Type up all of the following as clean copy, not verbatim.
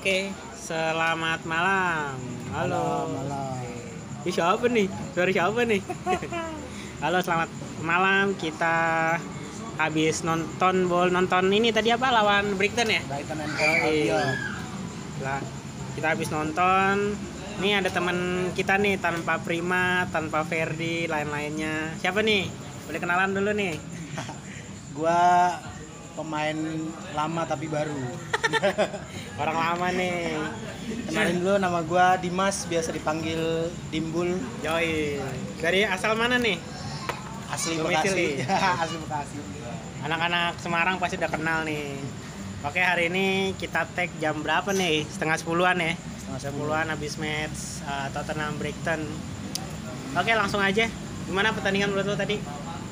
Oke, selamat malam. Halo. Malam. Ini siapa nih? Suara siapa nih? Halo, selamat malam. Kita habis nonton ini tadi apa lawan Brighton ya? Brighton and Oh, Hove iya. Albion. Lah, kita habis nonton. Ini ada teman kita nih, tanpa Prima, tanpa Ferdi, lain-lainnya. Siapa nih? Boleh kenalan dulu nih. Gua pemain lama tapi baru. Orang lama nih. Kenalin dulu, nama gua Dimas, biasa dipanggil Dimbul. Yoi. Dari asal mana nih? Asli Domisili. Bekasi. Asli Bekasi. Anak-anak Semarang pasti udah kenal nih. Oke, hari ini kita tag jam berapa nih? Setengah 10-an ya? Setengah 10-an habis match Tottenham Brighton. Oke, langsung aja. Gimana pertandingan menurut lo tadi?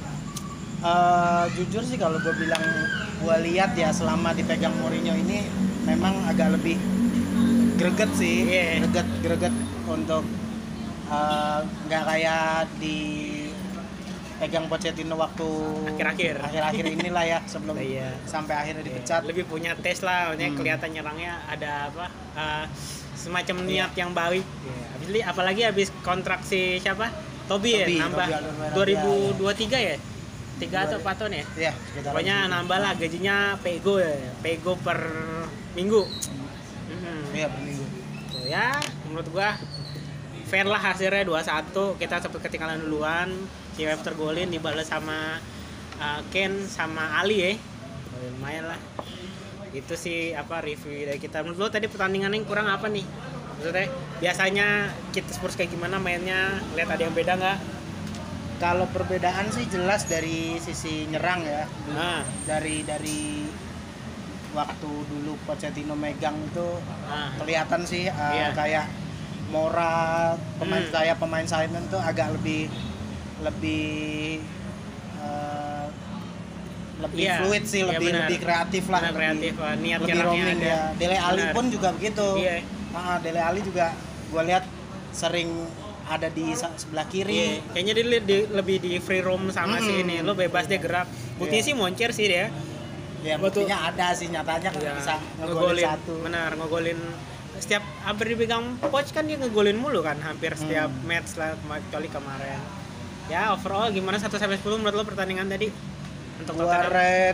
Jujur sih kalau gue bilang, gue lihat ya selama dipegang Mourinho ini memang agak lebih greget sih. Iya. Greget untuk nggak kayak di pegang Pochettino waktu akhir-akhir inilah ya, sebelum Iya. sampai akhirnya dipecat. Lebih punya tes lah, maksudnya kelihatan nyerangnya ada apa? Semacam niat yang baik. Apalagi habis kontrak si siapa? Tobi ya, nambah Tobi Alderweireld, 2023 ya? 3 atau 4 tahun ya? Iya, sekitar Pokoknya itu. nambah lah gajinya pego ya, pego per minggu. Iya, per minggu. Tuh, ya menurut gua fair lah hasilnya 2-1. Kita sempat ketinggalan duluan, si Web tergolin dibalas sama Ken sama Ali ya. Lumayan lah. Itu sih apa review dari kita. Menurut lo tadi pertandingan yang kurang apa nih? Maksudnya biasanya kita Spurs kayak gimana mainnya? Lihat ada yang beda nggak? Kalau perbedaan sih jelas dari sisi nyerang ya. Nah. Dari waktu dulu Pochettino megang itu kelihatan sih Iya. kayak Mora pemain Simon tuh agak lebih Iya. fluid sih, Iya, benar. lebih kreatif lah, Benar, kreatif, niat lebih nyerangnya roaming ada. ya. Dele Alli Benar. pun juga begitu. Iya. Dele Alli juga gue lihat sering ada di sebelah kiri. Iya, kayaknya dia lebih di free roam sama si ini. Lo bebas dia gerak. Buktinya sih moncer sih dia. Ya Betul. buktinya ada sih, nyatanya kan Ya, bisa ngegolin satu. Benar, ngegolin setiap hampir dipegang coach kan dia ngegolin mulu kan hampir setiap match lah, kecuali kemarin. Ya, overall gimana 1-10 menurut lo pertandingan tadi? Untuk Gua Tottenham? rate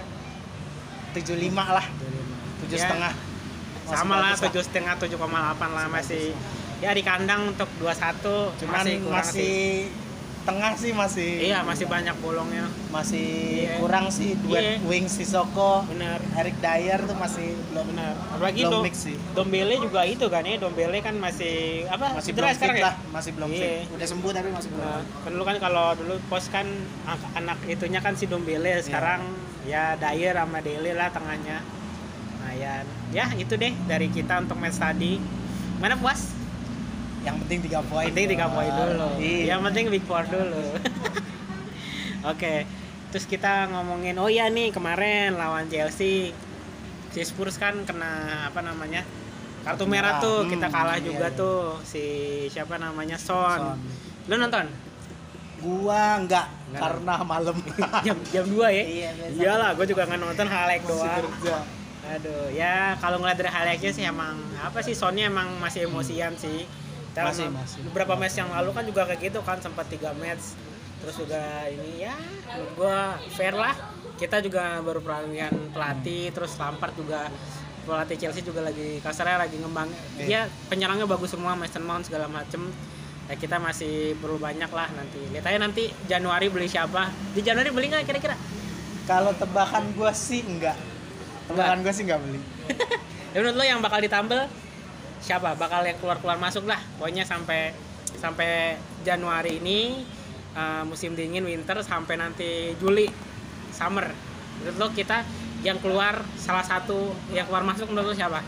7,5 lah. 7,5. Ya, sama lah 7,5 7,8 lah masih. Ya di kandang untuk 2-1 Cuman kurang masih tengah sih, Iya, masih banyak bolongnya. masih Iya. kurang sih duet Iya. wing Sissoko, Benar. Eric Dyer tuh masih belum Benar. Apalagi belum mix sih. Dombele juga itu kan ya. Dombele kan masih apa? Masih cedera belum fit sekarang lah, ya? masih belum Iya. fit. Udah sembuh tapi masih belum. Nah, kan dulu kan kalau dulu pos kan anak itunya kan si Dombele, sekarang ya Dyer sama Dele lah tengahnya. Nah ya itu deh dari kita untuk match tadi. Mana puas? Yang penting 3 poin. Penting 3 poin dulu. Iya. Yang penting big four dulu. Oke. Terus kita ngomongin nih kemarin lawan Chelsea. Si Spurs kan kena apa namanya? Kartu merah tuh, kita kalah juga iya. tuh si siapa namanya Son. Lu nonton? Gua enggak Enggak. karena malam. jam 2 ya? Iya, biasa. Iyalah, gue juga nggak nonton highlight Masih doang. kerja. Aduh, ya kalau ngeliat dari highlightnya sih emang apa sih Sonnya emang masih emosian sih. Kita Masih. beberapa match yang lalu kan juga kayak gitu kan, sempat 3 match. Terus juga ini ya menurut gue fair lah. Kita juga baru peralihan pelatih, terus Lampard juga pelatih Chelsea juga lagi kasarnya lagi ngembang. Dia penyerangnya bagus semua, Mason Mount segala macem. Ya kita masih perlu banyak lah nanti. Lihat aja nanti Januari beli siapa. Di Januari beli nggak kira-kira? Kalau tebakan gua sih enggak. Tebakan gua sih enggak beli. Ya menurut lo yang bakal ditambal siapa? Bakal yang keluar masuk lah. Pokoknya sampai Januari ini musim dingin winter sampai nanti Juli summer. Menurut lo kita yang keluar salah satu yang keluar masuk menurut lo siapa?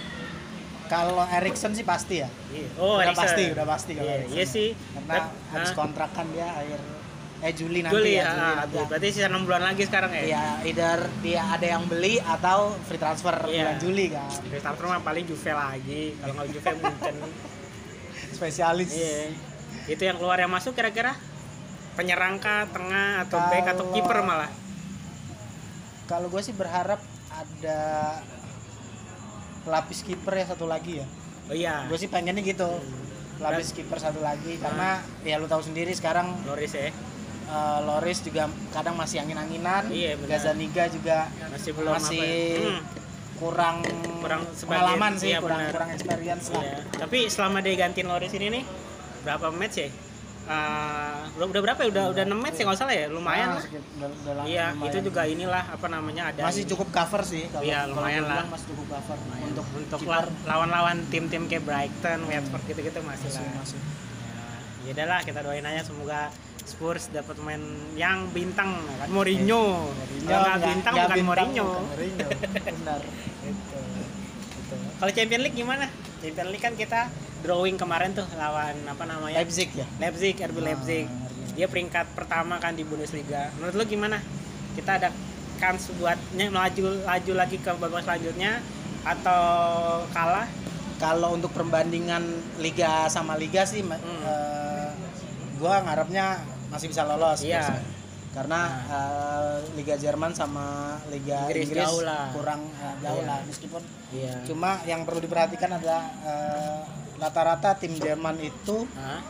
Kalau Erikson sih pasti ya. Oh, udah Eriksen. pasti kalau Erikson. Iya sih. Karena habis kontrak kan dia Juli nanti Juli, nanti. berarti sisa 6 bulan lagi sekarang ya? Iya, either dia ada yang beli atau free transfer bulan Juli kan. Free transfer mah paling Juve lagi. Kalau nggak Juve Munchen. Spesialis. Iya. Itu yang keluar yang masuk kira-kira? Penyerang kah, tengah atau back atau kiper malah? Kalau gue sih berharap ada pelapis kiper ya satu lagi ya. Oh iya. Gue sih pengennya gitu. Pelapis kiper satu lagi karena ya lu tahu sendiri sekarang Loris ya. Loris juga kadang masih angin-anginan. Iya, benar. Gazzaniga juga Masih belum kurang sebagian, pengalaman sih, iya, benar. kurang experience lah. Iya. Tapi selama dia gantiin Loris ini nih berapa match ya? Udah berapa ya? Udah 6 match ya nggak salah ya, lumayan lah. Iya, lumayan. itu juga inilah apa namanya ada. Masih cukup cover sih kalau. Iya, lumayan kalau lah. masih cukup cover untuk Untuk lawan-lawan tim-tim kayak Brighton, Watford gitu-gitu masih lah. masih. Ya udahlah, kita doain aja semoga Spurs dapat main yang bintang kan Mourinho. Kalau nggak bintang bukan Mourinho. Benar. Kalau Champions League gimana? Champions League kan kita drawing kemarin tuh lawan apa namanya? Leipzig ya. RB Leipzig. Dia peringkat pertama kan di Bundesliga. Menurut lu gimana? Kita ada kans buatnya laju lagi ke babak selanjutnya atau kalah? Kalau untuk perbandingan liga sama liga sih, gua ngarepnya masih bisa lolos. Iya. Karena Liga Jerman sama Liga Inggris jauh lah. kurang jauh lah, meskipun Iya. cuma yang perlu diperhatikan adalah rata-rata tim Jerman itu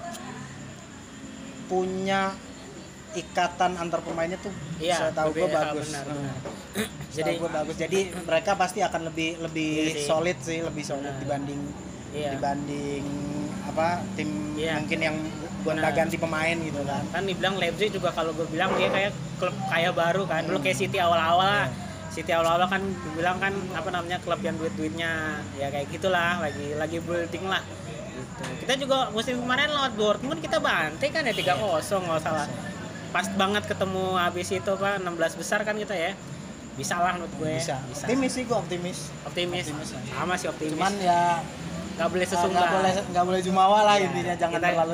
punya ikatan antar pemainnya tuh, Iya, setahu gue bagus. benar. Jadi gue bagus. Jadi mereka pasti akan lebih Iya sih. solid sih, lebih solid Benar. dibanding apa tim Iya. mungkin yang gonta-ganti pemain gitu kan. Kan dibilang Leipzig juga kalau gue bilang dia kayak klub kaya baru kan. Dulu kayak City awal-awal lah. City awal-awal kan dibilang kan apa namanya klub yang duit-duitnya ya kayak gitulah, lagi building lah. Gitu. Kita juga musim kemarin lawan Dortmund kita bantai kan ya 3-0 nggak salah. Pas banget ketemu habis itu Pak 16 besar kan kita ya. Bisa lah menurut gue. Bisa. Optimis sih, gue optimis. Optimis. Sama sih optimis. Cuman ya nggak boleh sesungguh. nggak boleh jumawa lah Iya, intinya, jangan kita- terlalu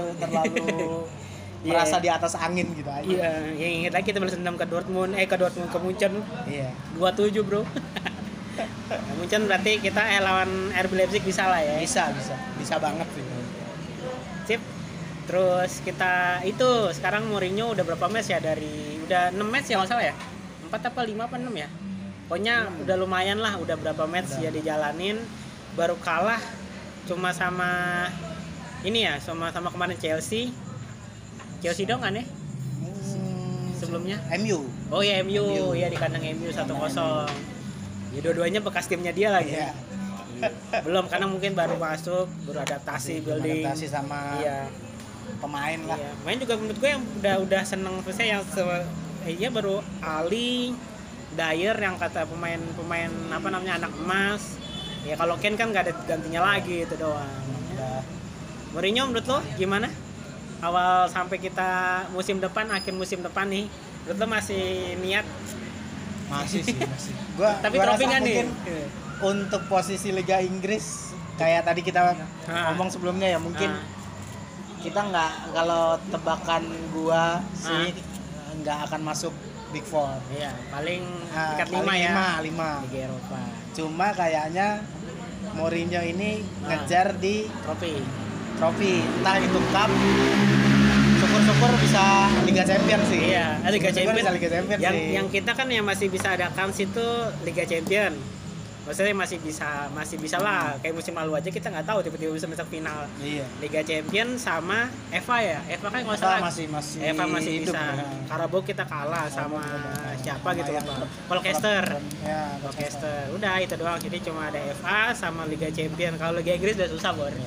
merasa di atas angin gitu aja. Iya, yang ingat lagi kita balas dendam ke Dortmund ke Munchen. Iya. 27 bro. Nah, Munchen berarti kita lawan RB Leipzig bisa lah ya. Bisa banget sih. Sip. Terus kita itu sekarang Mourinho udah berapa match ya, udah 6 match ya nggak salah ya, 4 apa 5 apa 6 ya, pokoknya udah lumayan lah, udah berapa match ya dijalanin, baru kalah cuma sama ini ya, sama kemarin Chelsea dong kan ya sebelumnya. MU. Oh ya MU. Ya di kandang MU 1-0. Ya dua-duanya bekas timnya dia lagi. Iya. Belum karena mungkin baru masuk, baru adaptasi building. Adaptasi sama Iya. pemain lah. Iya. Main juga menurut gue yang udah seneng saya yang iya baru Ali, Dyer yang kata pemain apa namanya anak emas. Ya kalau Ken kan nggak ada gantinya lagi itu doang. Udah. Mourinho menurut lo gimana? Awal sampai kita musim depan, akhir musim depan nih, menurut lo masih niat? Masih sih. Tapi gua trofi rasa nggak nih? mungkin untuk posisi Liga Inggris kayak tadi kita ngomong sebelumnya ya, mungkin kita nggak, kalau tebakan gua sih nggak akan masuk Big Four. Iya, paling tingkat paling 5 ya. 5. Liga Eropa. Cuma kayaknya Mourinho ini ngejar di trofi, entah itu cup, syukur-syukur bisa Liga Champions sih. Iya, Liga Syukur-syukur Champions. bisa Liga Champions sih. Yang kita kan yang masih bisa ada kans itu Liga Champions. Maksudnya masih bisa lah. Kayak musim lalu aja kita nggak tahu tiba-tiba bisa masuk final. Iya. Liga Champions sama FA ya. FA kan nggak salah. FA masih hidup, bisa. ya. Karabau kita kalah sama siapa gitu Lumayan lupa. klub- Colchester. Ya, Colchester. Udah itu doang. Jadi cuma ada FA sama Liga Champions. Kalau Liga Inggris udah susah, Bor.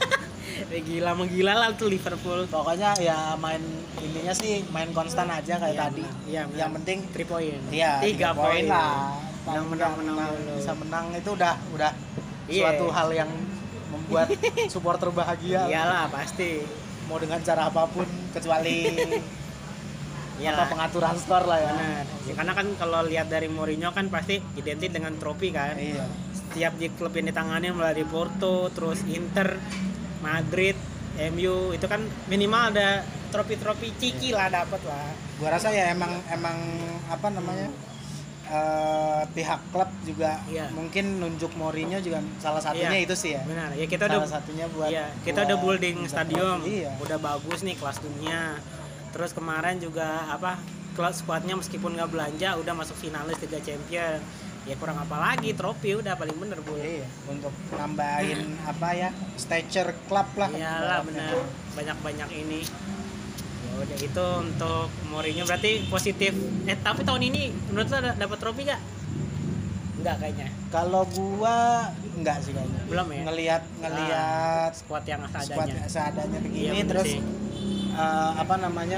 Gila lah tuh Liverpool. Pokoknya ya ininya sih main konstan aja kayak Iya, tadi. iya, Yang penting 3 poin. iya 3 poin lah. Menang dulu. Bisa menang itu udah Iya. suatu hal yang membuat supporter bahagia. Iyalah pasti. Mau dengan cara apapun kecuali Iyalah. pengaturan skor lah ya. Benar. Ya, karena kan kalau lihat dari Mourinho kan pasti identik dengan trofi kan. Iya. Setiap di klub yang ditangani mulai dari Porto, terus Inter, Madrid, MU itu kan minimal ada trofi-trofi ciki lah dapat lah. Gua rasa ya emang apa namanya? Pihak klub juga Iya. mungkin nunjuk Mourinho juga salah satunya Iya. itu sih ya. Benar. Ya kita Salah udah satunya buat kita udah building stadium. Iya. Udah bagus nih kelas dunia. Terus kemarin juga apa squadnya meskipun nggak belanja udah masuk finalis Liga Champions. ya kurang apa lagi, trofi udah paling bener Bul. Iya, untuk nambahin apa ya, stature club lah. Iyalah bener, banyak-banyak ini. Ya udah itu untuk Mourinho berarti positif. Tapi tahun ini menurut lo dapat trofi gak? Enggak kayaknya. Kalau gua enggak sih kayaknya. Belum ya? Ngelihat squad yang squad seadanya. seadanya begini, Iya, bener terus sih. apa namanya?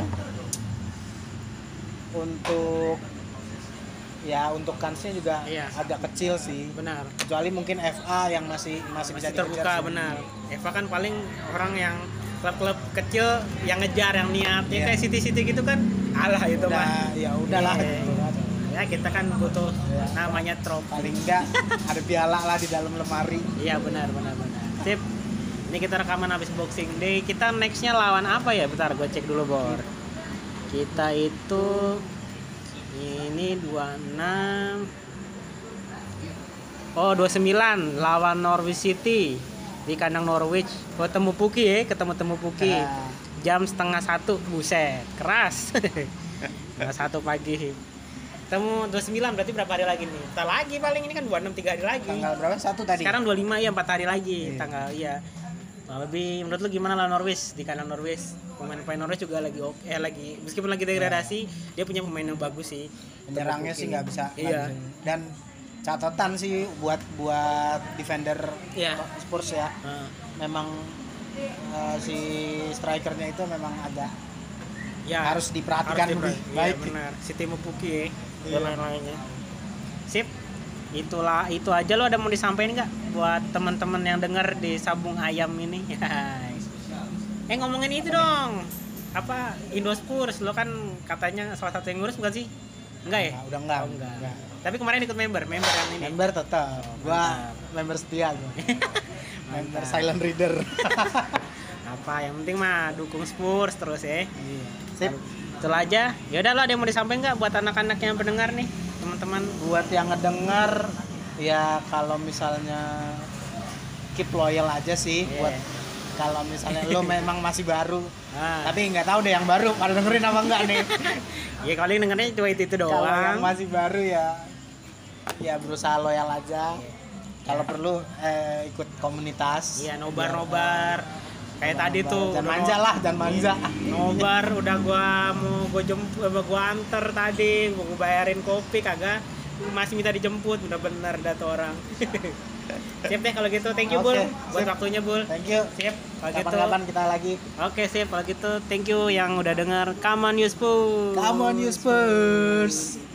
Untuk kansnya juga Iya. agak kecil sih. Benar. Kecuali mungkin FA yang masih bisa Masih dikejar terbuka sih. benar. Eva kan paling orang yang klub-klub kecil yang ngejar yang niat ya Iya. kayak City gitu kan alah itu mah. Udah, ya udahlah Iya. gitu kan. Ya kita kan butuh Iya. namanya trofi. Paling enggak ada piala lah di dalam lemari. Iya benar. Sip. Ini kita rekaman habis Boxing Day. Kita nextnya lawan apa ya? Bentar gue cek dulu Bor. Kita itu ini 26. Oh 29 lawan Norwich City di kandang Norwich. Ketemu Puki. Nah, Jam 12:30. Buset, keras. 1 pagi. Ketemu 29 berarti berapa hari lagi nih? Bentar lagi paling ini kan 26 3 hari lagi. tanggal berapa? 1 tadi. Sekarang 25 ya 4 hari lagi Iya. tanggal iya. Nah, lebih menurut lu gimana lah Norwich di kandang Norwich? Pemain Norwich juga lagi lagi meskipun lagi degradasi, dia punya pemain yang bagus sih. Penyerangnya sih nggak bisa. Iya. Dan catatan sih buat defender Iya. Spurs ya. Nah, Memang si strikernya itu memang agak ya harus diperhatikan lebih Iya baik. benar. Si Timo Pukki ya. Iya. Dan lain-lainnya. Sip. Itu aja lo ada mau disampaikan nggak buat teman-teman yang denger di Sabung Ayam ini? Ngomongin itu dong. Apa Indo Spurs lo kan katanya salah satu yang ngurus bukan sih? Enggak ya? Nah, udah enggak. Oh, enggak. Tapi kemarin ikut member yang ini. Member tetap. Gua Mantap. member setia gua. Member Mantap. silent reader. Apa yang penting mah dukung Spurs terus ya. Iya. Sip. Itulah aja. Ya udah lo ada yang mau disampaikan nggak buat anak-anak yang pendengar nih, teman-teman? Buat yang ngedenger ya kalau misalnya keep loyal aja sih. Iya. Buat kalau misalnya lo memang masih baru, Ah. tapi nggak tahu deh yang baru pada dengerin apa enggak nih. Ya kali dengernya cuma itu Kalau yang doang. masih baru ya berusaha loyal aja. Kalau perlu ikut komunitas. Iya, nobar. Kayak tadi tuh. Jangan manja lah, jangan manja. Nobar udah gua jemput, gua anter tadi, gua bayarin kopi kagak masih minta dijemput, bener-bener dah tuh orang. Sip deh kalau gitu, thank you Oke, Bul buat sip. waktunya Bul. Thank you. Sip, kalau gitu. Kapan-kapan kita lagi. Oke sip, kalau gitu thank you yang udah denger. Come on you Spurs. Come on you Spurs.